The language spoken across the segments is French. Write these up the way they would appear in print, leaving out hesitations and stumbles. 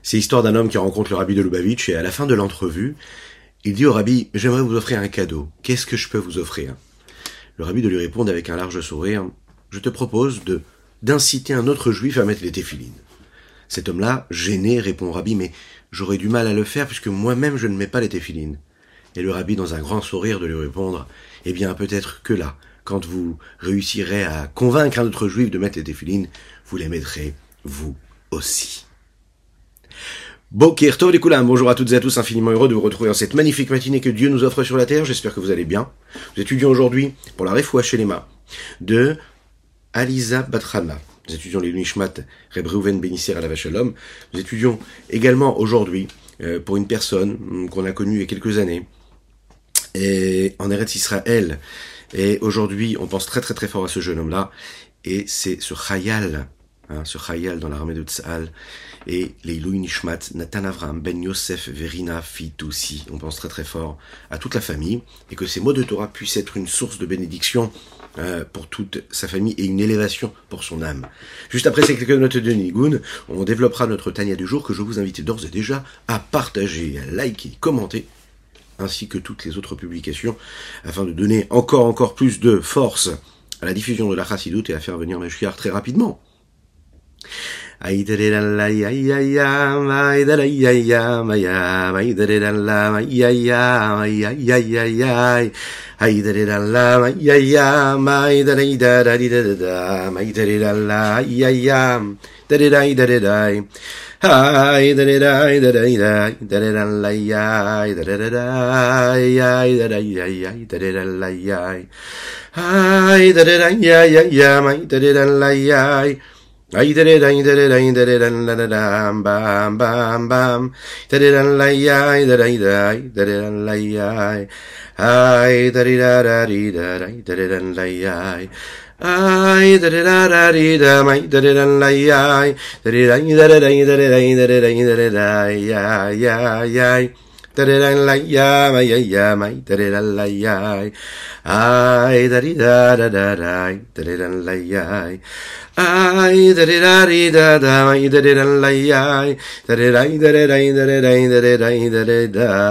C'est l'histoire d'un homme qui rencontre le rabbi de Lubavitch et à la fin de l'entrevue, il dit au rabbi « J'aimerais vous offrir un cadeau. Qu'est-ce que je peux vous offrir ?» Le rabbi de lui répondre avec un large sourire « Je te propose d'inciter un autre juif à mettre les téphilines. » Cet homme-là, gêné, répond au rabbi « Mais j'aurais du mal à le faire puisque moi-même je ne mets pas les téphilines. » Et le rabbi, dans un grand sourire, de lui répondre « Eh bien, peut-être que là, quand vous réussirez à convaincre un autre juif de mettre les téphilines, vous les mettrez vous aussi. » Boker Tov les Koulam, bonjour à toutes et à tous, infiniment heureux de vous retrouver dans cette magnifique matinée que Dieu nous offre sur la terre, j'espère que vous allez bien. Nous étudions aujourd'hui, pour la Refoua Shelema, de Aliza Batrana. Nous étudions les Nishmat Reb Reuven Benisser Alav Shalom. Nous étudions également aujourd'hui, pour une personne qu'on a connue il y a quelques années, et en Eretz Israël. Et aujourd'hui, on pense très très très fort à ce jeune homme-là, et c'est ce Chayal, ce Chayal dans l'armée de Tzahal, et les Ilui Nishmat, Nathan Avram, Ben Yosef, Verina, Fitoussi. On pense très très fort à toute la famille, et que ces mots de Torah puissent être une source de bénédiction pour toute sa famille et une élévation pour son âme. Juste après ces quelques notes de Nigun, on développera notre Tania du jour que je vous invite d'ores et déjà à partager, à liker, commenter, ainsi que toutes les autres publications, afin de donner encore plus de force à la diffusion de la Chassidoute et à faire venir Mashiach très rapidement. Ay dere dai dere dai dere dan la dam bam bam bam dere dan la ay dere dai dere dan la ay ay dere da da di da dere dan la ay ay dere da da di da mai dere dan la ay dere dai dere dai dere dai dere dai dere dai ay ay ay dere dan la ay ay mai dere dan la ay ay dere da da da dere dan la ay ay da da di da da mai dere dan la ay dere dai dere dai dere dai dere dai dere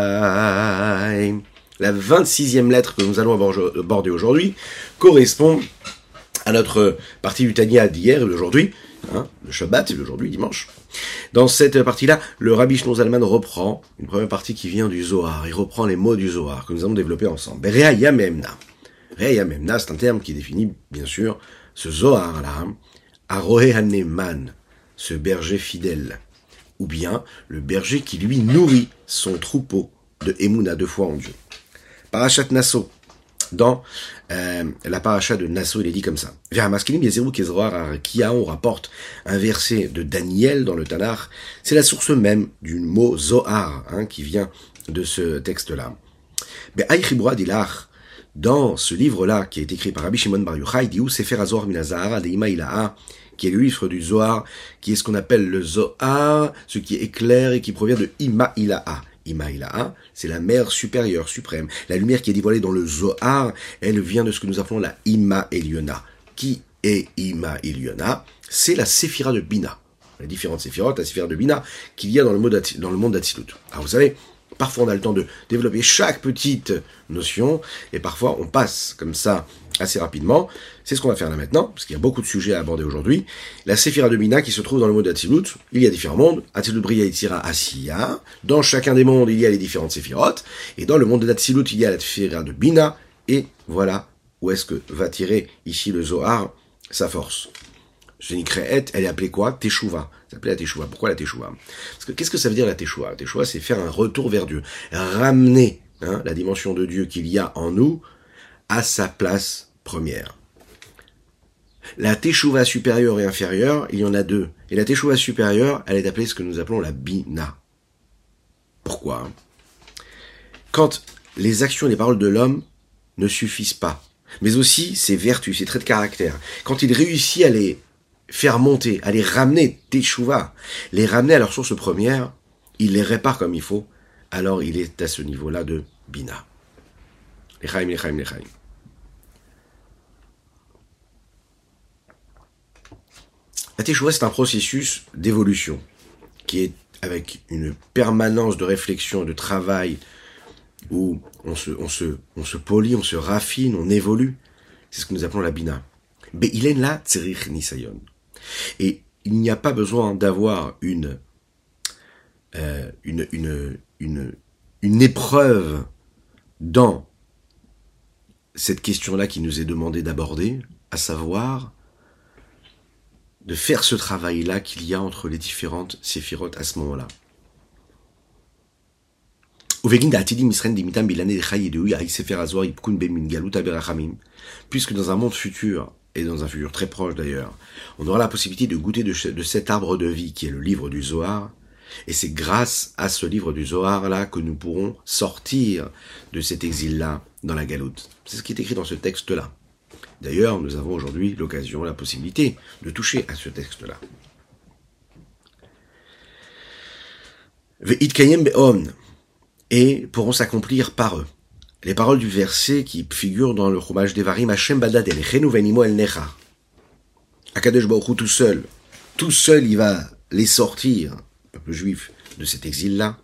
dai. La 26e lettre que nous allons aborder aujourd'hui correspond à notre partie du Tania d'hier et d'aujourd'hui, le Shabbat et d'aujourd'hui, dimanche. Dans cette partie-là, le Rabbi Shlomo Zalman reprend une première partie qui vient du Zohar. Il reprend les mots du Zohar que nous allons développer ensemble. Re'a Yamemna. Re'a Yamemna, c'est un terme qui définit, bien sûr, ce Zohar-là, Arohe Haneman, ce berger fidèle, ou bien le berger qui lui nourrit son troupeau de Emouna, de foi en Dieu. Parashat Nasso, dans la paracha de Nasso, il est dit comme ça. Vers Maskilim Yezeru Kezroar Kia, on rapporte un verset de Daniel dans le Tanakh. C'est la source même du mot Zohar, qui vient de ce texte-là. Be'aychibra dilach, dans ce livre-là, qui est écrit par Rabbi Shimon Bar Yochai, dit où Sefer HaZohar min HaZahara de'ima ilaha, qui est le livre du Zohar, qui est ce qu'on appelle le Zohar, ce qui est clair et qui provient de Ima ilaha. Ima ilaha, c'est la mer supérieure, suprême. La lumière qui est dévoilée dans le Zohar, elle vient de ce que nous appelons la Ima Eliona. Qui est Ima Eliona? C'est la Séphira de Bina. Les différentes séphirotes, la Séphira de Bina, qu'il y a dans le monde d'Atsilut. Alors vous savez, parfois on a le temps de développer chaque petite notion, et parfois on passe comme ça assez rapidement. C'est ce qu'on va faire là maintenant, parce qu'il y a beaucoup de sujets à aborder aujourd'hui. La Séphira de Bina qui se trouve dans le monde d'Atsilut, il y a différents mondes. Atsilut, Bria, Yetzira, Asiya. Dans chacun des mondes, il y a les différentes séphirotes. Et dans le monde d'Atsilut, il y a la Séphira de Bina. Et voilà où est-ce que va tirer ici le Zohar sa force. Ce Nikreet, elle est appelée quoi? Teshuva. C'est appelé la Teshuva. Pourquoi la Teshuva? Parce que qu'est-ce que ça veut dire la Teshuva? La Teshuva, c'est faire un retour vers Dieu. Ramener la dimension de Dieu qu'il y a en nous à sa place première. La Teshuva supérieure et inférieure, il y en a deux. Et la Teshuva supérieure, elle est appelée ce que nous appelons la Bina. Pourquoi? Quand les actions et les paroles de l'homme ne suffisent pas, mais aussi ses vertus, ses traits de caractère, quand il réussit à les faire monter, à les ramener, Teshuva, les ramener à leur source première, il les répare comme il faut, alors il est à ce niveau-là de Bina. Lechaim, lechaim, lechaim. La Teshuva, c'est un processus d'évolution qui est avec une permanence de réflexion, de travail, où on se polit, on se raffine, on évolue. C'est ce que nous appelons la bina. Be'ilen la tzerich nisayon. Et il n'y a pas besoin d'avoir une épreuve dans cette question-là qui nous est demandée d'aborder, à savoir de faire ce travail-là qu'il y a entre les différentes séphirotes à ce moment-là. Puisque dans un monde futur, et dans un futur très proche d'ailleurs, on aura la possibilité de goûter de cet arbre de vie qui est le livre du Zohar, et c'est grâce à ce livre du Zohar-là que nous pourrons sortir de cet exil-là dans la galoute. C'est ce qui est écrit dans ce texte-là. D'ailleurs, nous avons aujourd'hui l'occasion, la possibilité de toucher à ce texte-là. Ve'itkayem be'on, et pourront s'accomplir par eux. Les paroles du verset qui figurent dans le Chumash Devarim, Hashem badad elechenu venimo el necha. Akadosh Baruch Hu tout seul il va les sortir, le peuple juif, de cet exil-là.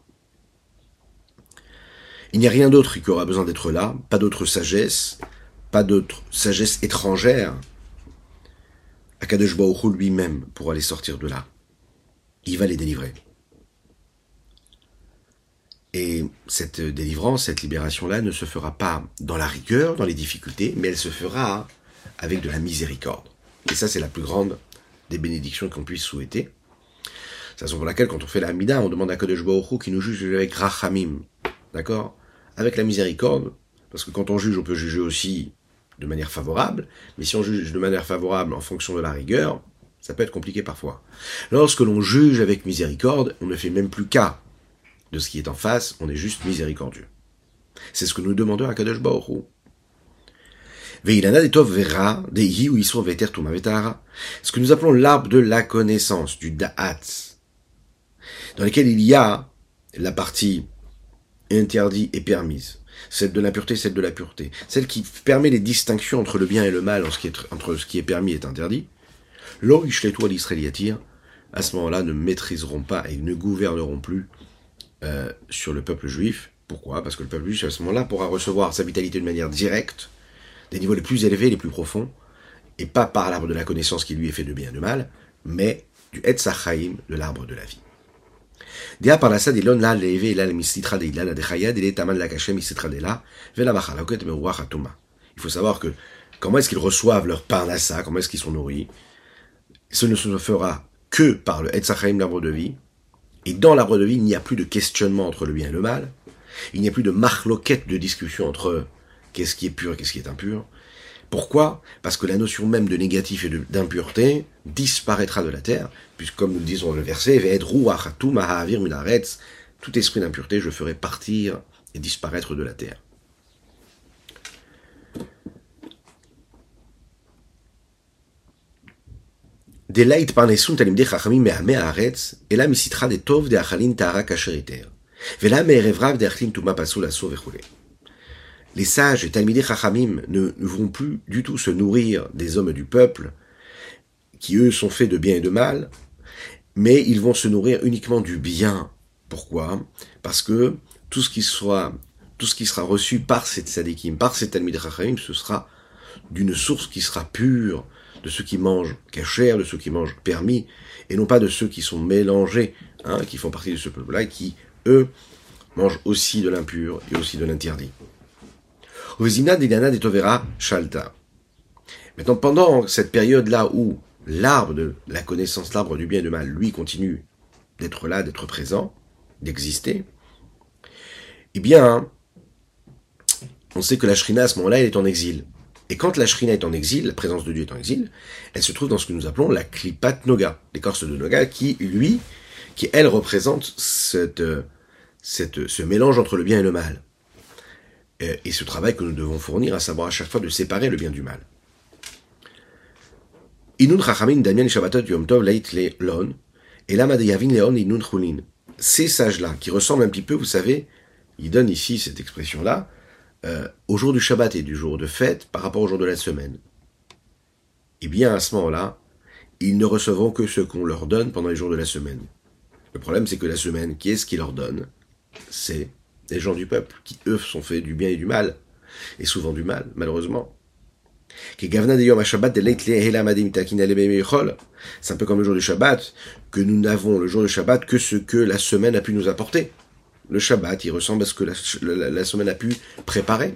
Il n'y a rien d'autre qui aura besoin d'être là, pas d'autre sagesse étrangère. Akadosh Baruch Hu lui-même pourra les sortir de là. Il va les délivrer. Et cette délivrance, cette libération-là ne se fera pas dans la rigueur, dans les difficultés, mais elle se fera avec de la miséricorde. Et ça, c'est la plus grande des bénédictions qu'on puisse souhaiter. C'est la raison pour laquelle, quand on fait la Hamida, on demande à Kadosh Baruch Hu qui nous juge avec Rachamim. D'accord ? Avec la miséricorde, parce que quand on juge, on peut juger aussi de manière favorable, mais si on juge de manière favorable en fonction de la rigueur, ça peut être compliqué parfois. Lorsque l'on juge avec miséricorde, on ne fait même plus cas de ce qui est en face, on est juste miséricordieux. C'est ce que nous demandons à Kadosh Baruch Hu. Veilana de tov vera deihi ou isur veter tuma vetara. Ce que nous appelons l'arbre de la connaissance, du da'at, dans lequel il y a la partie interdite et permise, celle de l'impureté, celle de la pureté, celle qui permet les distinctions entre le bien et le mal, entre ce qui est permis et interdit. Lo ishletu al israeliyatir, à ce moment-là, ne maîtriseront pas et ne gouverneront plus sur le peuple juif. Pourquoi ? Parce que le peuple juif, à ce moment-là, pourra recevoir sa vitalité de manière directe, des niveaux les plus élevés, les plus profonds, et pas par l'arbre de la connaissance qui lui est fait de bien et de mal, mais du Etz HaChaim, de l'arbre de la vie. Il faut savoir que comment est-ce qu'ils reçoivent leur parnassa, comment est-ce qu'ils sont nourris. Ce ne se fera que par le Etz HaChaim, l'arbre de vie. Et dans l'arbre de vie, il n'y a plus de questionnement entre le bien et le mal. Il n'y a plus de marloquette de discussion entre qu'est-ce qui est pur et qu'est-ce qui est impur. Pourquoi ? Parce que la notion même de négatif et d'impureté disparaîtra de la terre, puisque comme nous le disons dans le verset, tout esprit d'impureté je ferai partir et disparaître de la terre. Delight par les talimdei chachamim me'amei haaretz, ela misitra de tov de achalin tahara kasher iter, vela me'erevrav de achlin tuma pasul aso vechule. Les sages et talmidei chachamim ne vont plus du tout se nourrir des hommes du peuple, qui eux sont faits de bien et de mal, mais ils vont se nourrir uniquement du bien. Pourquoi ? Parce que tout ce qui sera reçu par ces tzadikim, par ces talmidei chachamim, ce sera d'une source qui sera pure, de ceux qui mangent kasher, de ceux qui mangent permis, et non pas de ceux qui sont mélangés, qui font partie de ce peuple-là, et qui, eux, mangent aussi de l'impur et aussi de l'interdit. Maintenant, pendant cette période-là où l'arbre de la connaissance, l'arbre du bien et du mal, lui, continue d'être là, d'être présent, d'exister, eh bien, on sait que la Shrina, à ce moment-là, elle est en exil. Et quand la Shrina est en exil, la présence de Dieu est en exil, elle se trouve dans ce que nous appelons la Klipat Noga, l'écorce de Noga, qui elle représente ce mélange entre le bien et le mal. Et ce travail que nous devons fournir, à savoir à chaque fois de séparer le bien du mal. Inun Chachamim Damian Shabbatot Yom Tov Lait Leon, et Lama de Yavin Leon Inun Chulin. Ces sages-là, qui ressemblent un petit peu, vous savez, ils donnent ici cette expression-là, au jour du Shabbat et du jour de fête par rapport au jour de la semaine. Eh bien, à ce moment-là, ils ne recevront que ce qu'on leur donne pendant les jours de la semaine. Le problème, c'est que la semaine, qui est-ce qui leur donne? C'est les gens du peuple, qui eux sont faits du bien et du mal, et souvent du mal, malheureusement. C'est un peu comme le jour du Shabbat, que nous n'avons le jour du Shabbat que ce que la semaine a pu nous apporter. Le Shabbat, il ressemble à ce que la semaine a pu préparer.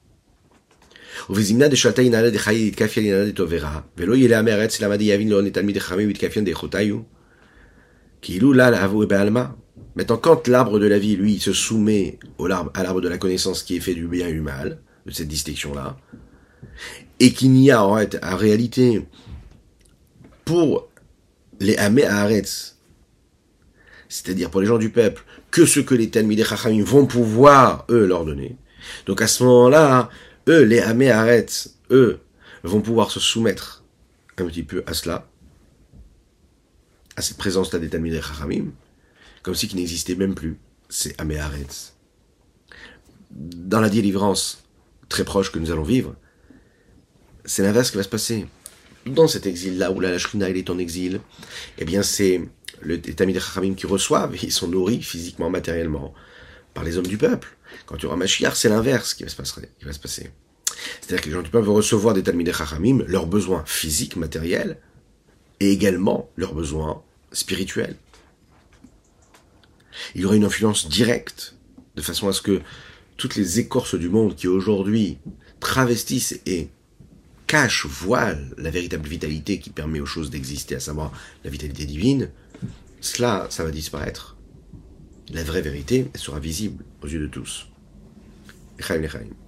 Maintenant, quand l'arbre de la vie, lui, se soumet à l'arbre de la connaissance qui est fait du bien et du mal, de cette distinction-là, et qu'il n'y a en réalité, pour les Hamé Haaretz, c'est-à-dire pour les gens du peuple, que ce que les Talmidei Chachamim vont pouvoir, eux, leur donner. Donc à ce moment-là, eux, les Hamé Haaretz, eux, vont pouvoir se soumettre un petit peu à cela, à cette présence-là des Talmidei Chachamim, comme si qu'il n'existait même plus, c'est Hamé Haaretz. Dans la délivrance très proche que nous allons vivre, c'est l'inverse qui va se passer. Dans cet exil-là, où la Shrina est en exil, eh bien c'est les Talmidei Chachamim qui reçoivent, ils sont nourris physiquement, matériellement, par les hommes du peuple. Quand il y aura Mashiach, c'est l'inverse qui va se passer. C'est-à-dire que les gens du peuple vont recevoir des Talmidei Chachamim leurs besoins physiques, matériels, et également leurs besoins spirituels. Il y aura une influence directe, de façon à ce que toutes les écorces du monde qui aujourd'hui travestissent et cachent, voilent la véritable vitalité qui permet aux choses d'exister, à savoir la vitalité divine, ça va disparaître. La vraie vérité, elle sera visible aux yeux de tous. L'Echaim.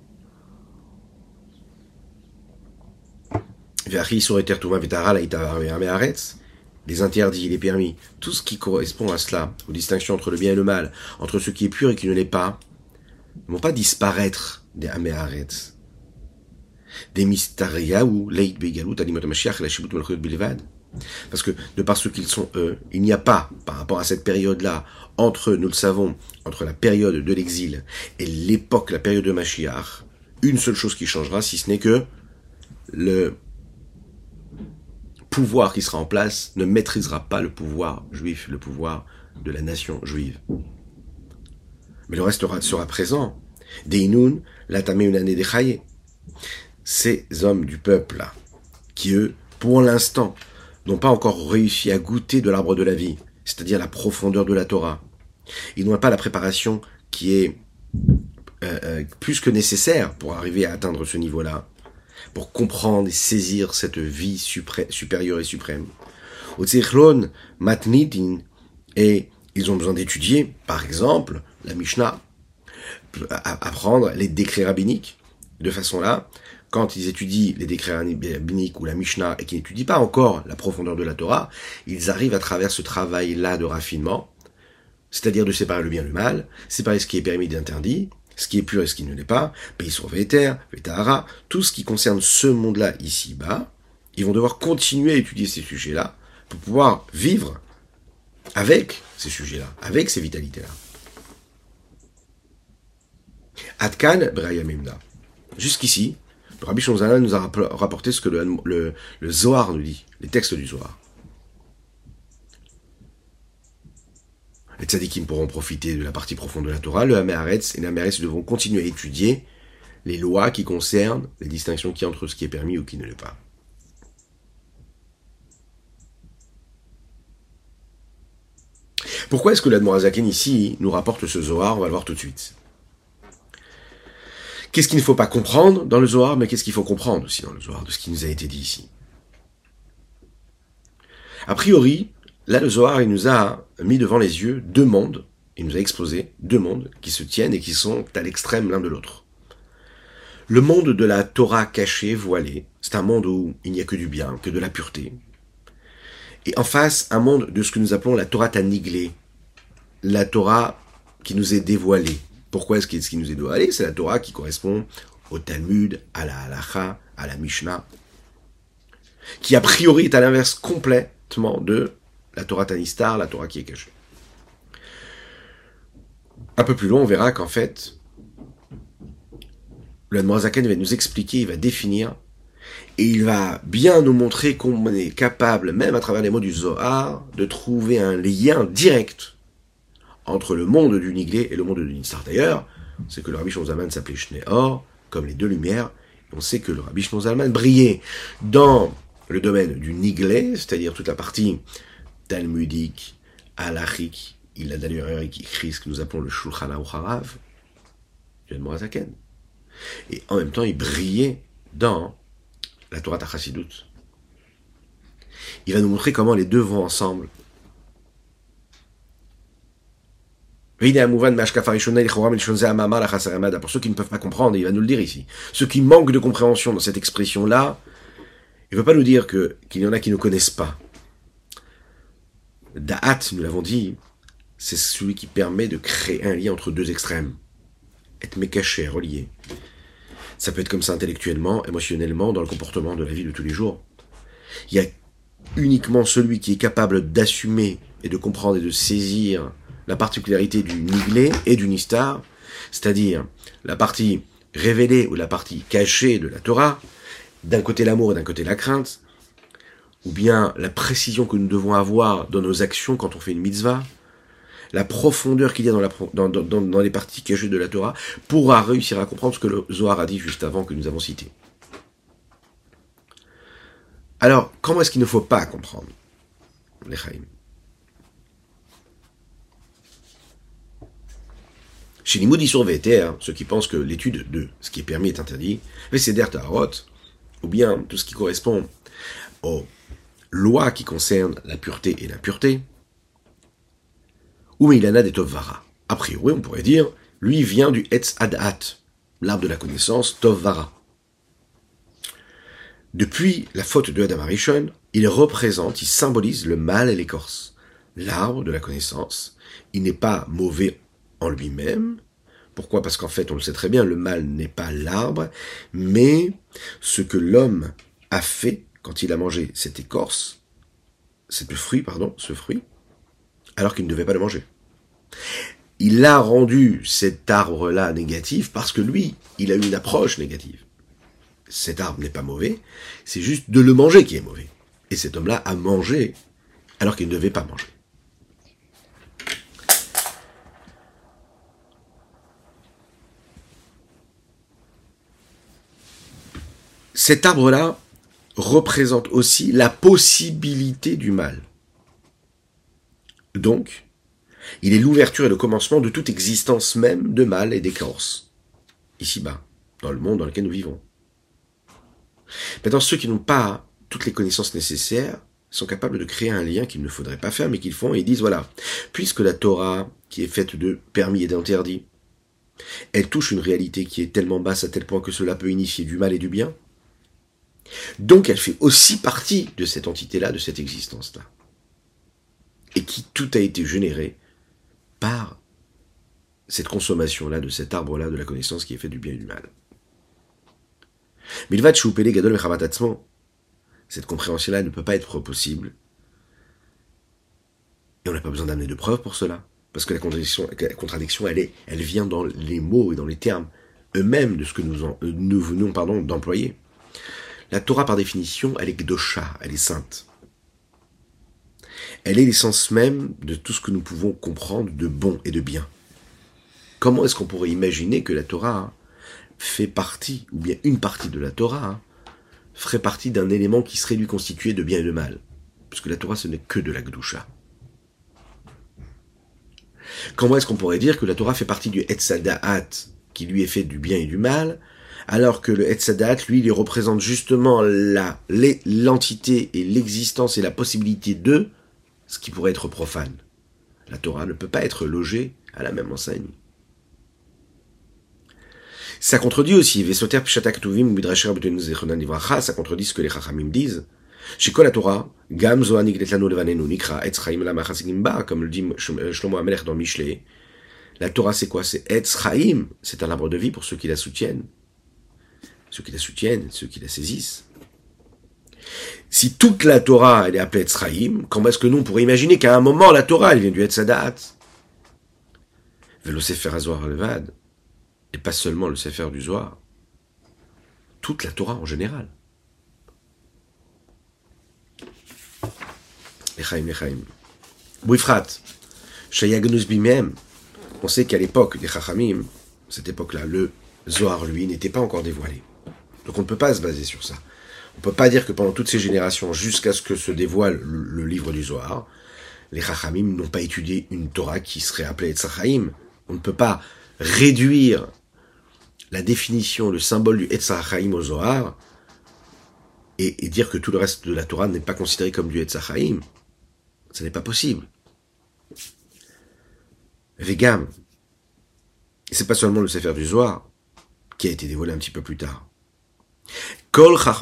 Les interdits, les permis, tout ce qui correspond à cela, aux distinctions entre le bien et le mal, entre ce qui est pur et qui ne l'est pas, ne vont pas disparaître des Hamé Haaretz. Des Mistariaou, Leit Begalut, Alimot Mashiach, la Shibut Malchut Bilvad. Parce que, de par ce qu'ils sont eux, il n'y a pas, par rapport à cette période-là, nous le savons, entre la période de l'exil et l'époque, la période de Mashiach, une seule chose qui changera, si ce n'est que le pouvoir qui sera en place ne maîtrisera pas le pouvoir juif, le pouvoir de la nation juive. Mais le reste sera présent. Deinun, latameunane dechaye. Ces hommes du peuple-là, qui eux, pour l'instant, n'ont pas encore réussi à goûter de l'arbre de la vie, c'est-à-dire la profondeur de la Torah. Ils n'ont pas la préparation qui est plus que nécessaire pour arriver à atteindre ce niveau-là, pour comprendre et saisir cette vie supérieure et suprême. Otziklon matnitin, et ils ont besoin d'étudier, par exemple, la Mishnah, apprendre les décrets rabbiniques, de façon là, quand ils étudient les décrets rabbiniques ou la Mishnah et qu'ils n'étudient pas encore la profondeur de la Torah, ils arrivent à travers ce travail-là de raffinement, c'est-à-dire de séparer le bien et le mal, séparer ce qui est permis et interdit, ce qui est pur et ce qui ne l'est pas, pays sur Véter, Vétahara, tout ce qui concerne ce monde-là ici-bas, ils vont devoir continuer à étudier ces sujets-là pour pouvoir vivre avec ces sujets-là, avec ces vitalités-là. Adkan Braya Memna. Jusqu'ici, le Rabbi Shonzana nous a rapporté ce que le Zohar nous dit, les textes du Zohar. Les tzadikim pourront profiter de la partie profonde de la Torah, le Hamé Haaretz et les Hamé Haaretz devront continuer à étudier les lois qui concernent les distinctions qu'il y a entre ce qui est permis ou qui ne l'est pas. Pourquoi est-ce que l'Admorazaken ici nous rapporte ce Zohar? On va le voir tout de suite. Qu'est-ce qu'il ne faut pas comprendre dans le Zohar, mais qu'est-ce qu'il faut comprendre aussi dans le Zohar, de ce qui nous a été dit ici? A priori, là le Zohar, il nous a mis devant les yeux deux mondes, il nous a exposé deux mondes qui se tiennent et qui sont à l'extrême l'un de l'autre. Le monde de la Torah cachée, voilée, c'est un monde où il n'y a que du bien, que de la pureté. Et en face, un monde de ce que nous appelons la Torah Taniglée, la Torah qui nous est dévoilée. Pourquoi est-ce qu'il nous est dévoilé? C'est la Torah qui correspond au Talmud, à la Halacha, à la Mishnah, qui a priori est à l'inverse complètement de la Torah Tanistar, la Torah qui est cachée. Un peu plus loin, on verra qu'en fait, le Admorazaken va nous expliquer, il va définir, et il va bien nous montrer qu'on est capable, même à travers les mots du Zohar, de trouver un lien direct entre le monde du Niglé et le monde du Nistar. D'ailleurs, c'est que le Rabbi Shlomo Zalman s'appelait Shneor, comme les deux lumières. On sait que le Rabbi Shlomo Zalman brillait dans le domaine du Niglé, c'est-à-dire toute la partie talmudique, halachique. Il a d'ailleurs écrit ce que nous appelons le Shulchan Aruch Harav, du Admor HaZaken. Et en même temps, il brillait dans la Torah Chassidut. Il va nous montrer comment les deux vont ensemble. Pour ceux qui ne peuvent pas comprendre, il va nous le dire ici. Ceux qui manquent de compréhension dans cette expression-là, il ne veut pas nous dire qu'il y en a qui ne connaissent pas. Da'at, nous l'avons dit, c'est celui qui permet de créer un lien entre deux extrêmes. Être mécaché, relié. Ça peut être comme ça intellectuellement, émotionnellement, dans le comportement de la vie de tous les jours. Il y a uniquement celui qui est capable d'assumer et de comprendre et de saisir la particularité du Niglé et du Nistar, c'est-à-dire la partie révélée ou la partie cachée de la Torah, d'un côté l'amour et d'un côté la crainte, ou bien la précision que nous devons avoir dans nos actions quand on fait une mitzvah, la profondeur qu'il y a dans les parties cachées de la Torah, pourra réussir à comprendre ce que le Zohar a dit juste avant que nous avons cité. Alors, comment est-ce qu'il ne faut pas comprendre les Chaim? Chez les Moudi sur VTR, ceux qui pensent que l'étude de ce qui est permis est interdit, Veseder Taharot, ou bien tout ce qui correspond aux lois qui concernent la pureté et l'impureté, ou Meilana des Tovvara. A priori, on pourrait dire, lui vient du Etz Adat, l'arbre de la connaissance, Tovvara. Depuis la faute de Adam Arishon, il symbolise le mal et l'écorce. L'arbre de la connaissance, il n'est pas mauvais en lui-même. Pourquoi ? Parce qu'en fait, on le sait très bien, le mal n'est pas l'arbre, mais ce que l'homme a fait quand il a mangé cette écorce, ce fruit, alors qu'il ne devait pas le manger. Il a rendu cet arbre-là négatif parce que lui, il a eu une approche négative. Cet arbre n'est pas mauvais, c'est juste de le manger qui est mauvais. Et cet homme-là a mangé alors qu'il ne devait pas manger. Cet arbre-là représente aussi la possibilité du mal. Donc, il est l'ouverture et le commencement de toute existence même de mal et d'écorce, ici-bas, dans le monde dans lequel nous vivons. Maintenant, ceux qui n'ont pas toutes les connaissances nécessaires sont capables de créer un lien qu'il ne faudrait pas faire, mais qu'ils font, et ils disent, voilà, puisque la Torah, qui est faite de permis et d'interdits, elle touche une réalité qui est tellement basse à tel point que cela peut initier du mal et du bien, donc elle fait aussi partie de cette entité-là, de cette existence-là. Et qui tout a été généré par cette consommation-là, de cet arbre-là, de la connaissance qui est fait du bien et du mal. Cette compréhension-là ne peut pas être possible. Et on n'a pas besoin d'amener de preuves pour cela. Parce que la contradiction elle vient dans les mots et dans les termes eux-mêmes de ce que nous venons d'employer. La Torah, par définition, elle est Gdosha, elle est sainte. Elle est l'essence même de tout ce que nous pouvons comprendre de bon et de bien. Comment est-ce qu'on pourrait imaginer que la Torah fait partie, ou bien une partie de la Torah, ferait partie d'un élément qui serait lui constitué de bien et de mal? Parce que la Torah, ce n'est que de la Gdusha. Comment est-ce qu'on pourrait dire que la Torah fait partie du Etz-Da'at, qui lui est fait du bien et du mal, alors que le Etz-Da'at, lui, il représente justement l'entité et l'existence et la possibilité de ce qui pourrait être profane. La Torah ne peut pas être logée à la même enseigne. Ça contredit aussi, Vesoter Pshatak Tuvim Midrasher B'Tenu Zechonan Livracha, ça contredit ce que les Chachamim disent. Chez quoi la Torah, Gam Zoa Niglet Lanu Levanenu Nikra Etz Chaim Lama Chasigim Ba, comme le dit Shlomo Amelech dans Mishlei. La Torah, c'est quoi? C'est Etz Chaim, c'est un arbre de vie pour ceux qui la soutiennent. Ceux qui la soutiennent, ceux qui la saisissent. Si toute la Torah, elle est appelée Etz Chaim, comment est-ce que nous, on pourrait imaginer qu'à un moment, la Torah, elle vient du Etz Da'at? Velo Sefer HaZohar Levad, et pas seulement le Sefer du Zohar, toute la Torah en général. Les Chaim. Bouifrat, Shayagnus Bimem, on sait qu'à l'époque des Chachamim, cette époque-là, le Zohar, lui, n'était pas encore dévoilé. Donc on ne peut pas se baser sur ça. On ne peut pas dire que pendant toutes ces générations, jusqu'à ce que se dévoile le livre du Zohar, les Chachamim n'ont pas étudié une Torah qui serait appelée Etz Chaim. On ne peut pas réduire la définition, le symbole du Etz Chaim au Zohar et dire que tout le reste de la Torah n'est pas considéré comme du Etz Chaim. Ce n'est pas possible. Vegam, c'est pas seulement le Sefer du Zohar qui a été dévoilé un petit peu plus tard. On sait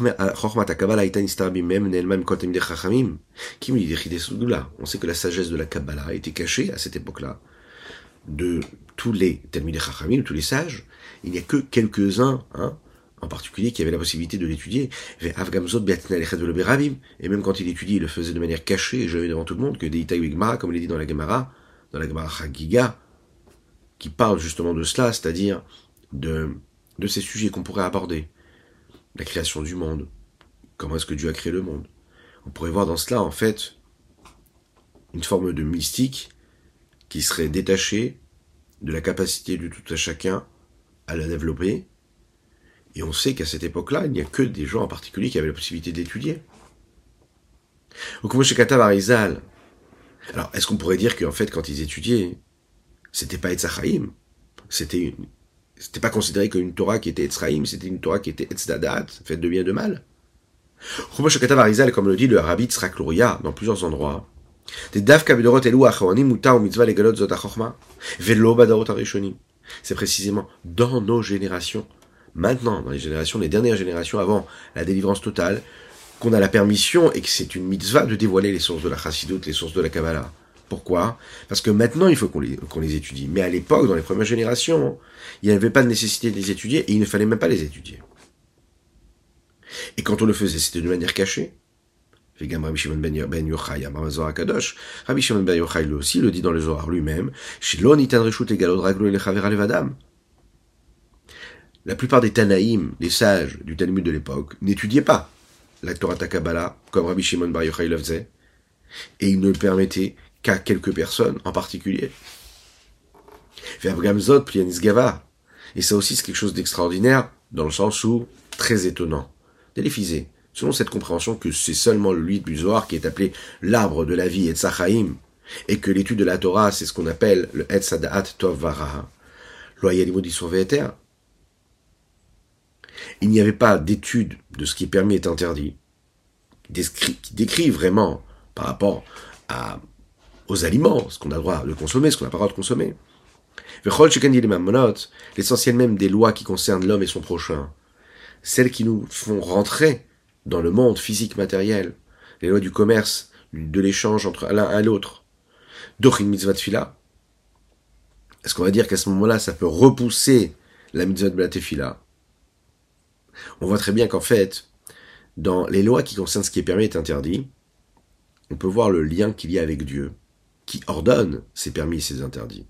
que la sagesse de la Kabbalah a été cachée à cette époque-là. De tous les Talmidei Chachamim, tous les sages, il n'y a que quelques-uns, en particulier, qui avaient la possibilité de l'étudier. Et même quand il étudiait, il le faisait de manière cachée et gelée devant tout le monde, que des Itaï Gemara, comme il est dit dans la Gemara Chagiga, qui parle justement de cela, c'est-à-dire de ces sujets qu'on pourrait aborder. La création du monde. Comment est-ce que Dieu a créé le monde? On pourrait voir dans cela, en fait, une forme de mystique qui serait détachée de la capacité de tout à chacun à la développer. Et on sait qu'à cette époque-là, il n'y a que des gens en particulier qui avaient la possibilité d'étudier. Ou comme chez Katav Arizal. Alors, est-ce qu'on pourrait dire qu'en fait, quand ils étudiaient, c'était pas Etz Chaim, c'était pas considéré comme une Torah qui était Etz Chaim, c'était une Torah qui était Etz Dadat, faite de bien et de mal. Comme le dit le Rabbi Tzrak Luria dans plusieurs endroits, c'est précisément dans nos générations, maintenant, dans les générations, les dernières générations avant la délivrance totale, qu'on a la permission et que c'est une mitzvah de dévoiler les sources de la Chassidut, les sources de la Kabbalah. Pourquoi? Parce que maintenant, il faut qu'on les étudie. Mais à l'époque, dans les premières générations, il n'y avait pas de nécessité de les étudier et il ne fallait même pas les étudier. Et quand on le faisait, c'était de manière cachée. Rabbi Shimon ben Yochai aussi le dit dans le Zohar lui-même. La plupart des Tanaïm, les sages du Talmud de l'époque, n'étudiaient pas la Torah Kabbalah comme Rabbi Shimon ben Yochai le faisait. Et ils ne le permettaient qu'à quelques personnes en particulier. Et ça aussi c'est quelque chose d'extraordinaire, dans le sens où, très étonnant, d'éléphysé, selon cette compréhension que c'est seulement le livre du Zohar qui est appelé l'arbre de la vie Etz Chaim, et que l'étude de la Torah c'est ce qu'on appelle le Etz Da'at Tov Vara, il n'y avait pas d'étude de ce qui est permis et interdit, qui décrit vraiment par rapport aux aliments, ce qu'on a le droit de consommer, ce qu'on n'a pas le droit de consommer. L'essentiel même des lois qui concernent l'homme et son prochain, celles qui nous font rentrer dans le monde physique matériel, les lois du commerce, de l'échange entre l'un et l'autre. Dochin mitzvah tefila. Est-ce qu'on va dire qu'à ce moment-là, ça peut repousser la mitzvah de la tefila? On voit très bien qu'en fait, dans les lois qui concernent ce qui est permis et interdit, on peut voir le lien qu'il y a avec Dieu, qui ordonne ses permis et ses interdits.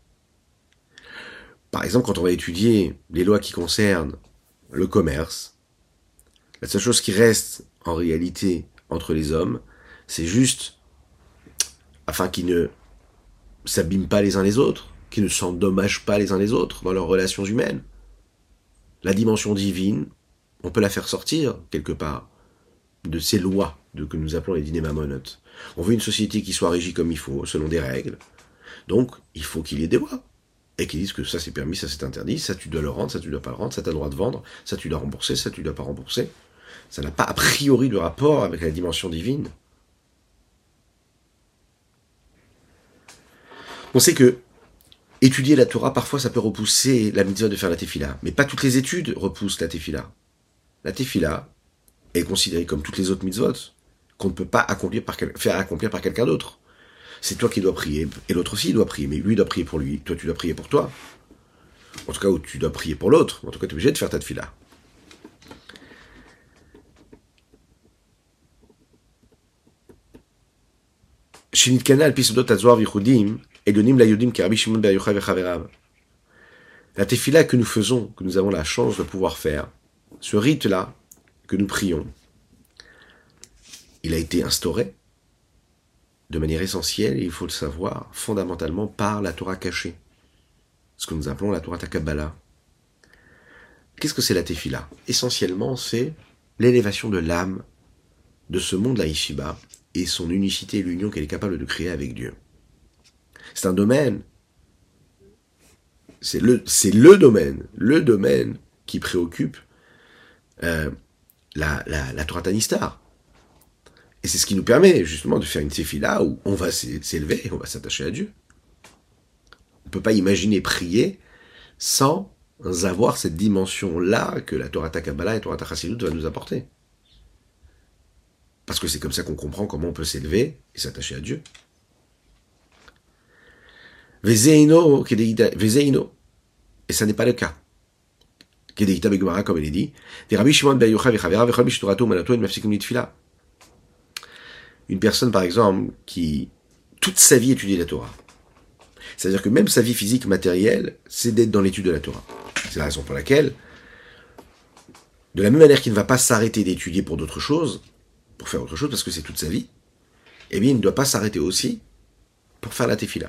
Par exemple, quand on va étudier les lois qui concernent le commerce, la seule chose qui reste en réalité entre les hommes, c'est juste afin qu'ils ne s'abîment pas les uns les autres, qu'ils ne s'endommagent pas les uns les autres dans leurs relations humaines. La dimension divine, on peut la faire sortir quelque part de ces lois que nous appelons les dîners mamonotes. On veut une société qui soit régie comme il faut, selon des règles. Donc, il faut qu'il y ait des lois. Et qui disent que ça c'est permis, ça c'est interdit, ça tu dois le rendre, ça tu dois pas le rendre, ça tu as le droit de vendre, ça tu dois rembourser, ça tu dois pas rembourser. Ça n'a pas a priori de rapport avec la dimension divine. On sait que étudier la Torah, parfois ça peut repousser la mitzvah de faire la tefila. Mais pas toutes les études repoussent la tefila. La tefila est considérée comme toutes les autres mitzvot, qu'on ne peut pas faire accomplir par quelqu'un d'autre. C'est toi qui dois prier, et l'autre aussi doit prier, mais lui doit prier pour lui, toi tu dois prier pour toi. En tout cas, ou tu dois prier pour l'autre, en tout cas tu es obligé de faire ta tefila. Shinitkana al pisodot azor vichudim, elonim la yodim karabi Shimon ben Yochai vechaverav. La tefila que nous faisons, que nous avons la chance de pouvoir faire, ce rite-là que nous prions, il a été instauré de manière essentielle, et il faut le savoir, fondamentalement par la Torah cachée. Ce que nous appelons la Torah Kabbalah. Qu'est-ce que c'est la Tefila? Essentiellement, c'est l'élévation de l'âme de ce monde la Yeshiva et son unicité et l'union qu'elle est capable de créer avec Dieu. C'est un domaine, c'est le domaine qui préoccupe la Torah Tanistar. Et c'est ce qui nous permet justement de faire une Tefila où on va s'élever, on va s'attacher à Dieu. On ne peut pas imaginer prier sans avoir cette dimension-là que la Torah Kabbalah et la Torah Chassidut va nous apporter. Parce que c'est comme ça qu'on comprend comment on peut s'élever et s'attacher à Dieu. Vezeino, et ça n'est pas le cas. Kedeita Begmara, comme il est dit, des Rabbi Shimon ben Yochai v'chavera v'chol mishtorato manato mafsikim litfila. Une personne, par exemple, qui toute sa vie étudie la Torah. C'est-à-dire que même sa vie physique matérielle, c'est d'être dans l'étude de la Torah. C'est la raison pour laquelle, de la même manière qu'il ne va pas s'arrêter d'étudier pour d'autres choses, pour faire autre chose, parce que c'est toute sa vie, eh bien, il ne doit pas s'arrêter aussi pour faire la tefila.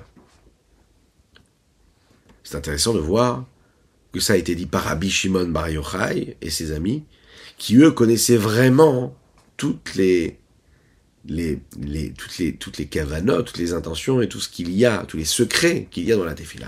C'est intéressant de voir que ça a été dit par Rabbi Shimon bar Yochai et ses amis, qui eux connaissaient vraiment toutes les kavanot, toutes les intentions et tout ce qu'il y a, tous les secrets qu'il y a dans la tefila.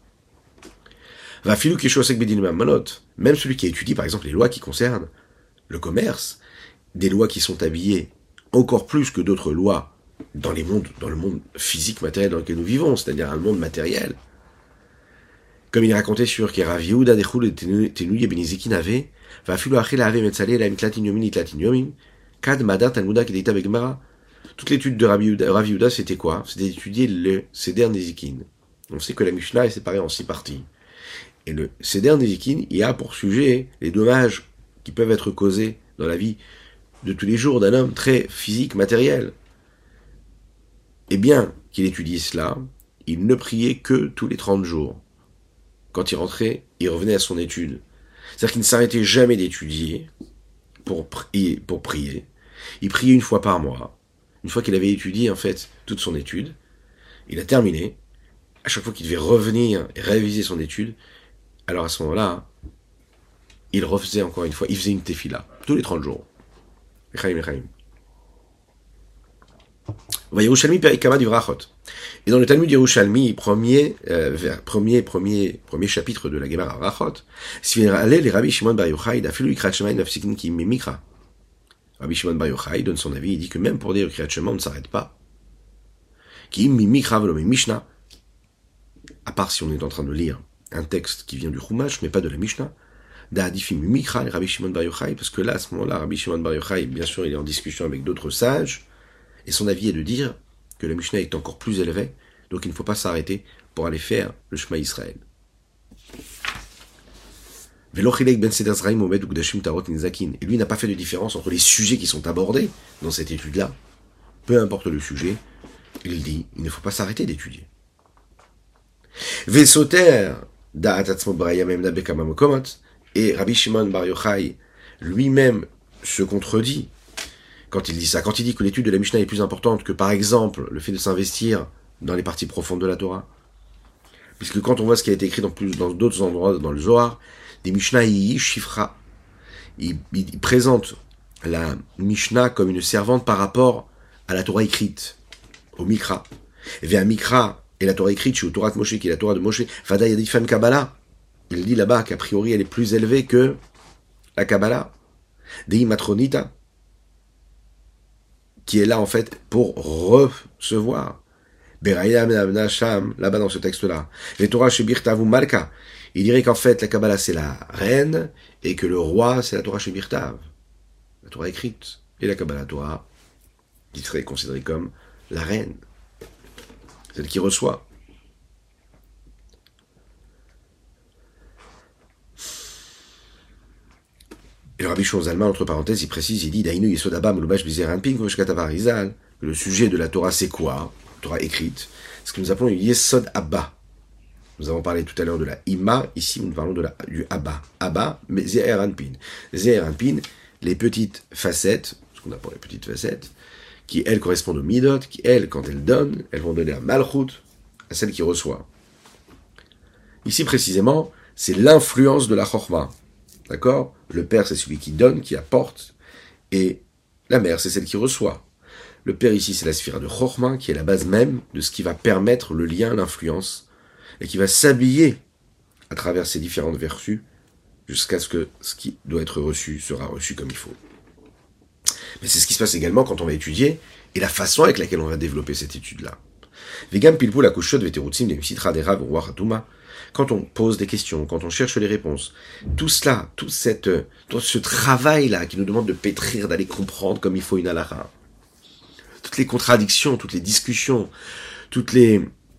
Va filou kishosek bedin mamonot, même celui qui étudie par exemple les lois qui concernent le commerce, des lois qui sont habillées encore plus que d'autres lois dans le monde physique matériel dans lequel nous vivons, c'est-à-dire un monde matériel. Comme il racontait sur Rav Yehuda dechul tenouye benizikin ave, va filou achel ave metzalé la mitlatin yomin itlatin yomin, kad madar talmuda kedeita begmara. Toute l'étude de Rav Yehuda, c'était quoi? C'était d'étudier le Seder Nezikin. On sait que la Mishnah est séparée en 6 parties. Et le Seder Nezikin, il a pour sujet les dommages qui peuvent être causés dans la vie de tous les jours d'un homme très physique, matériel. Et bien qu'il étudiait cela, il ne priait que tous les 30 jours. Quand il rentrait, il revenait à son étude. C'est-à-dire qu'il ne s'arrêtait jamais d'étudier pour prier. Il priait une fois par mois. Une fois qu'il avait étudié, en fait, toute son étude, il a terminé. À chaque fois qu'il devait revenir et réviser son étude, alors à ce moment-là, il refaisait encore une fois, il faisait une tefila, tous les 30 jours. Echaim, echaim. Yerushalmi perikama du Vrachot. Et dans le Talmud Yerushalmi, premier chapitre de la Gemara Vrachot, si allait les Rabbi Shimon bar Yochai, d'afilu ikrat shemayin nafsikin ki mimikra. Rabbi Shimon bar Yochai donne son avis, il dit que même pour dire Kriyat Shema, on ne s'arrête pas. Ki mimikra velo Mishnah, à part si on est en train de lire un texte qui vient du Chumash, mais pas de la Mishnah, da'adifim mimikra, Rabbi Shimon bar Yochai, parce que là, à ce moment-là, Rabbi Shimon bar Yochai, bien sûr, il est en discussion avec d'autres sages, et son avis est de dire que la Mishnah est encore plus élevée, donc il ne faut pas s'arrêter pour aller faire le Shema Israël. Et lui n'a pas fait de différence entre les sujets qui sont abordés dans cette étude-là. Peu importe le sujet, il dit, il ne faut pas s'arrêter d'étudier. Et Rabbi Shimon bar Yochai lui-même se contredit quand il dit ça. Quand il dit que l'étude de la Mishnah est plus importante que, par exemple, le fait de s'investir dans les parties profondes de la Torah. Puisque quand on voit ce qui a été écrit dans d'autres endroits dans le Zohar, des Mishnah y Shifra, il présente la Mishnah comme une servante par rapport à la Torah écrite, au Mikra. Et vers Mikra et la Torah écrite, chez Torah de Moshe, qui est la Torah de Moshe, Vada Yadifan Kabbalah. Il dit là-bas qu'a priori elle est plus élevée que la Kabbalah. Dei Matronita, qui est là en fait pour recevoir. Beraya Menamna Sham, là-bas dans ce texte-là. Les Torah Shebirtavu Malka. Il dirait qu'en fait la Kabbalah c'est la reine et que le roi c'est la Torah Shebirtav, la Torah écrite. Et la Kabbalah Torah, qui serait considérée comme la reine, celle qui reçoit. Et le Rabbi Shlomo Zalman, entre parenthèses, il précise, il dit Dainu Yesodabam Lubash Bizeran Pink Rizal, que le sujet de la Torah c'est quoi? La Torah écrite, ce que nous appelons le Yesod Abba. Nous avons parlé tout à l'heure de la Ima, ici nous parlons du Abba. Abba, mais Ze'eran Pin. Ze'eran Pin, les petites facettes, ce qu'on appelle les petites facettes, qui elles correspondent aux midot, qui elles, quand elles donnent, elles vont donner la malchut à celle qui reçoit. Ici précisément, c'est l'influence de la chorma. D'accord? Le père, c'est celui qui donne, qui apporte, et la mère, c'est celle qui reçoit. Le père ici, c'est la sphère de chorma, qui est la base même de ce qui va permettre le lien, l'influence, et qui va s'habiller à travers ces différentes vertus, jusqu'à ce que ce qui doit être reçu sera reçu comme il faut. Mais c'est ce qui se passe également quand on va étudier, et la façon avec laquelle on va développer cette étude-là. Vegam pilpul akushot veterutzim lemsitra derav uwachatuma. Quand on pose des questions, quand on cherche les réponses, tout cela, tout ce travail-là qui nous demande de pétrir, d'aller comprendre comme il faut une halakha, toutes les contradictions, toutes les discussions, toutes les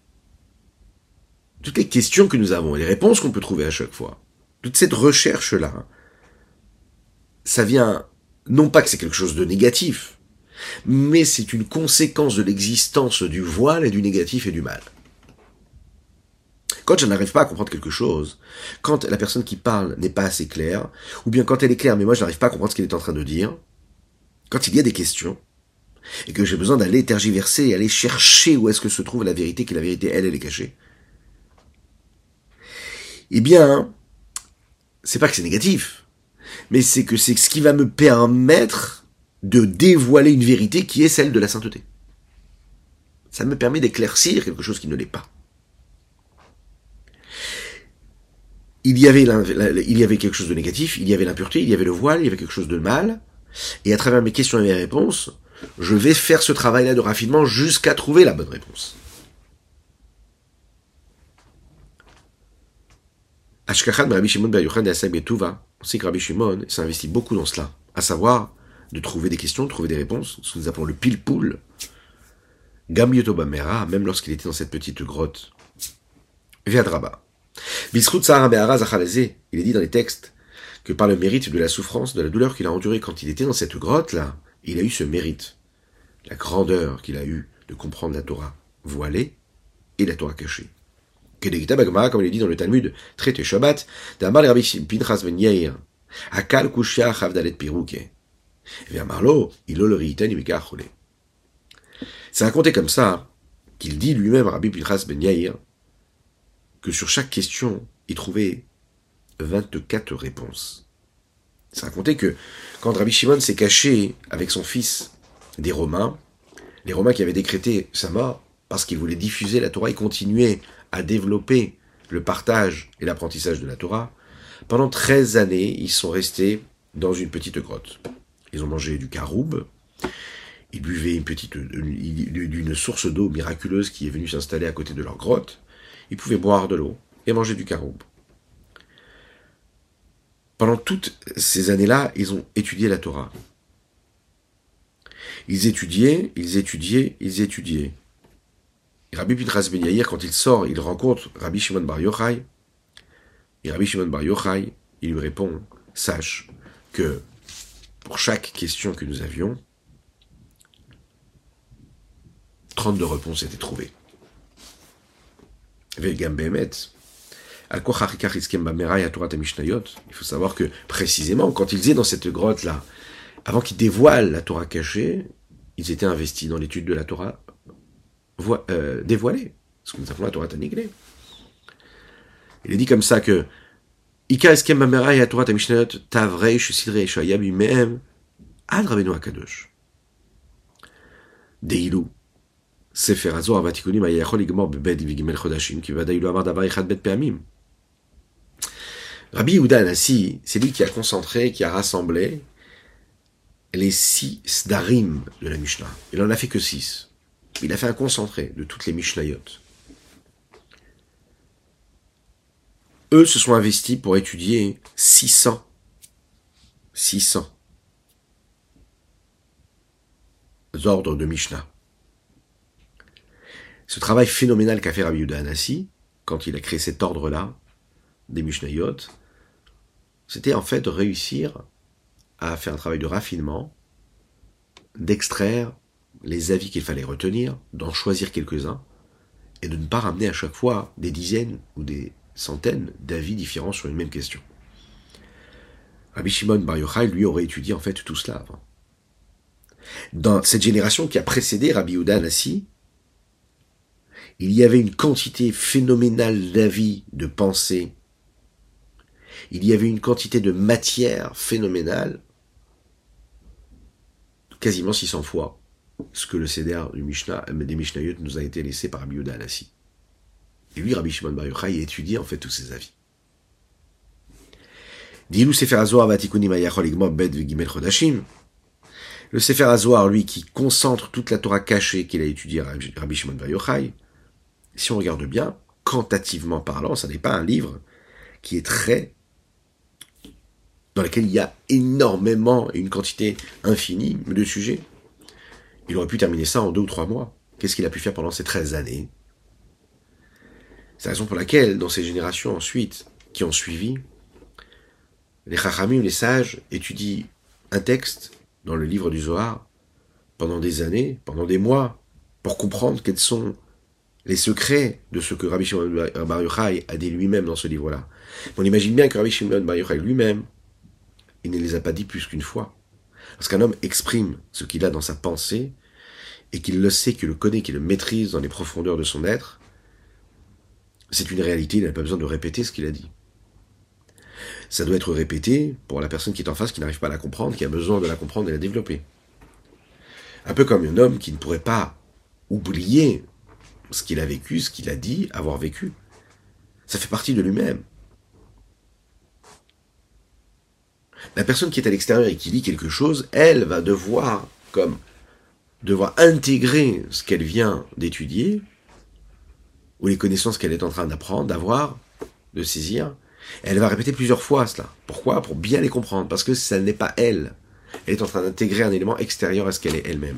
questions que nous avons, et les réponses qu'on peut trouver à chaque fois, toute cette recherche-là, ça vient, non pas que c'est quelque chose de négatif, mais c'est une conséquence de l'existence du voile et du négatif et du mal. Quand je n'arrive pas à comprendre quelque chose, quand la personne qui parle n'est pas assez claire, ou bien quand elle est claire mais moi je n'arrive pas à comprendre ce qu'elle est en train de dire, quand il y a des questions, et que j'ai besoin d'aller tergiverser et aller chercher où est-ce que se trouve la vérité, que la vérité, elle est cachée, eh bien, c'est pas que c'est négatif, mais c'est que c'est ce qui va me permettre de dévoiler une vérité qui est celle de la sainteté. Ça me permet d'éclaircir quelque chose qui ne l'est pas. Il y avait quelque chose de négatif, il y avait l'impureté, il y avait le voile, il y avait quelque chose de mal, et à travers mes questions et mes réponses, je vais faire ce travail-là de raffinement jusqu'à trouver la bonne réponse. Ashkachan Rabbi Shimon Bar Yochai d'Asab Betuva, on sait que Rabbi Shimon s'est investi beaucoup dans cela, à savoir de trouver des questions, de trouver des réponses, ce que nous appelons le pilpoul, Gam Yotoba Mera, même lorsqu'il était dans cette petite grotte. Viadraba. Bisrut Sahara Be'ara Zachalazé, il est dit dans les textes que par le mérite de la souffrance, de la douleur qu'il a endurée quand il était dans cette grotte-là, il a eu ce mérite, la grandeur qu'il a eu de comprendre la Torah voilée et la Torah cachée. Kedegita Bagma, comme il est dit dans le Talmud, traité Shabbat, d'Amar le Rabbi Pinchas ben Yair, Akal Kushia Chavdalet Pirouke, et Amarlo, Ilo le Riiten Imika Achole. C'est raconté comme ça, qu'il dit lui-même, Rabbi Pinchas ben Yair, que sur chaque question, il trouvait 24 réponses. C'est raconté que quand Rabbi Shimon s'est caché avec son fils des Romains, les Romains qui avaient décrété sa mort, parce qu'ils voulaient diffuser la Torah et continuer à développer le partage et l'apprentissage de la Torah, pendant 13 années, ils sont restés dans une petite grotte. Ils ont mangé du caroub, ils buvaient d'une source d'eau miraculeuse qui est venue s'installer à côté de leur grotte. Ils pouvaient boire de l'eau et manger du caroub. Pendant toutes ces années-là, ils ont étudié la Torah. Ils étudiaient. Et Rabbi Pinchas ben Yair, quand il sort, il rencontre Rabbi Shimon Bar Yochai. Et Rabbi Shimon Bar Yochai, il lui répond, sache que pour chaque question que nous avions, 32 réponses étaient trouvées. Il faut savoir que, précisément, quand ils étaient dans cette grotte-là, avant qu'ils dévoilent la Torah cachée, ils étaient investis dans l'étude de la Torah dévoilée, ce que nous appelons la Torah Taniglée. Il est dit comme ça que Ika eskem bamera ya Torah Mishnayot tavrei shesidrei Yeshaya bimehem ad Rabbeinu Hakadosh. Deilou Sefer Hazor Avatikonim ayachol igmor bebed vigimel chodashim ki vadaï lo amar davar echad bet peamim. Rabbi Yehuda Anassi, c'est lui qui a concentré, qui a rassemblé les 6 sdarim de la Mishnah. Il en a fait que 6. Il a fait un concentré de toutes les Mishnayot. Eux se sont investis pour étudier 600 ordres de Mishnah. Ce travail phénoménal qu'a fait Rabbi Yehuda Anassi, quand il a créé cet ordre-là, des Mishnayot, c'était en fait de réussir à faire un travail de raffinement, d'extraire les avis qu'il fallait retenir, d'en choisir quelques-uns, et de ne pas ramener à chaque fois des dizaines ou des centaines d'avis différents sur une même question. Rabbi Shimon Bar Yochai, lui, aurait étudié en fait tout cela avant. Dans cette génération qui a précédé Rabbi Yehuda Hanassi, il y avait une quantité phénoménale d'avis, de pensées. Il y avait une quantité de matière phénoménale, quasiment 600 fois, ce que le Seder du Mishnah, des Mishnayot nous a été laissé par Rabbi Yehuda Hanassi. Et lui, Rabbi Shimon Bar Yochai, a étudié en fait tous ces avis. Dilou Sefer HaZohar Vatikuni Mayachol Igmor Bet V'Gimel Chodashim. Le Sefer HaZohar, lui, qui concentre toute la Torah cachée qu'il a étudiée à Rabbi Shimon Bar Yochai, si on regarde bien, quantitativement parlant, ça n'est pas un livre qui est dans lequel il y a énormément, une quantité infinie de sujets. Il aurait pu terminer ça en 2 ou 3 mois. Qu'est-ce qu'il a pu faire pendant ces 13 années? C'est la raison pour laquelle, dans ces générations ensuite, qui ont suivi, les Chachamim, les sages, étudient un texte dans le livre du Zohar pendant des années, pendant des mois, pour comprendre quels sont les secrets de ce que Rabbi Shimon Bar Yochai a dit lui-même dans ce livre-là. On imagine bien que Rabbi Shimon Bar Yochai lui-même, il ne les a pas dit plus qu'une fois. Parce qu'un homme exprime ce qu'il a dans sa pensée, et qu'il le sait, qu'il le connaît, qu'il le maîtrise dans les profondeurs de son être, c'est une réalité, il n'a pas besoin de répéter ce qu'il a dit. Ça doit être répété pour la personne qui est en face, qui n'arrive pas à la comprendre, qui a besoin de la comprendre et la développer. Un peu comme un homme qui ne pourrait pas oublier ce qu'il a vécu, ce qu'il a dit, avoir vécu. Ça fait partie de lui-même. La personne qui est à l'extérieur et qui lit quelque chose, elle va devoir intégrer ce qu'elle vient d'étudier, ou les connaissances qu'elle est en train d'apprendre, d'avoir, de saisir. Elle va répéter plusieurs fois cela. Pourquoi? Pour bien les comprendre, parce que ça n'est pas elle. Elle est en train d'intégrer un élément extérieur à ce qu'elle est elle-même.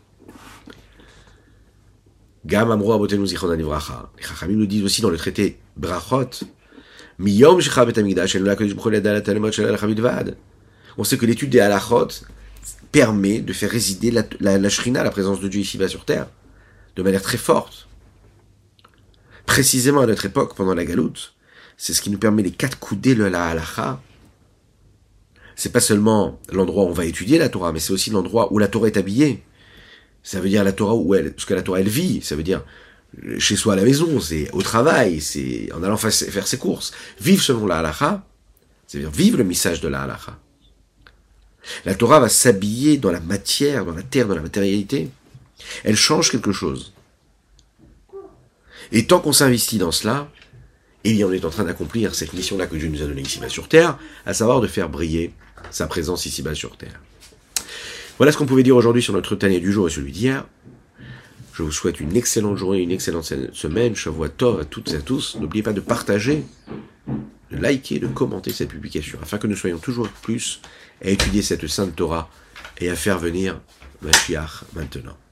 Gam amro abotenu zichron livracha. Les Chachamim nous disent aussi dans le traité Brachot, Miyom shechar bet hamikdash el lakodesh b'chol yadal atalemot shel halacha bilvad. On sait que l'étude des halachot permet de faire résider la shrina, la présence de Dieu ici-bas sur terre, de manière très forte. Précisément à notre époque, pendant la galoute, c'est ce qui nous permet les 4 coudées de la halacha. C'est pas seulement l'endroit où on va étudier la Torah, mais c'est aussi l'endroit où la Torah est habillée. Ça veut dire la Torah parce que la Torah elle vit, ça veut dire chez soi à la maison, c'est au travail, c'est en allant faire ses courses. Vivre selon la halacha, c'est-à-dire vivre le message de la halacha. La Torah va s'habiller dans la matière, dans la terre, dans la matérialité. Elle change quelque chose. Et tant qu'on s'investit dans cela, eh bien on est en train d'accomplir cette mission-là que Dieu nous a donnée ici-bas sur terre, à savoir de faire briller sa présence ici-bas sur terre. Voilà ce qu'on pouvait dire aujourd'hui sur notre Tanya du jour et celui d'hier. Je vous souhaite une excellente journée, une excellente semaine. Shavua Tov à toutes et à tous. N'oubliez pas de partager, de liker, de commenter cette publication, afin que nous soyons toujours plus à étudier cette Sainte Torah et à faire venir Mashiach maintenant.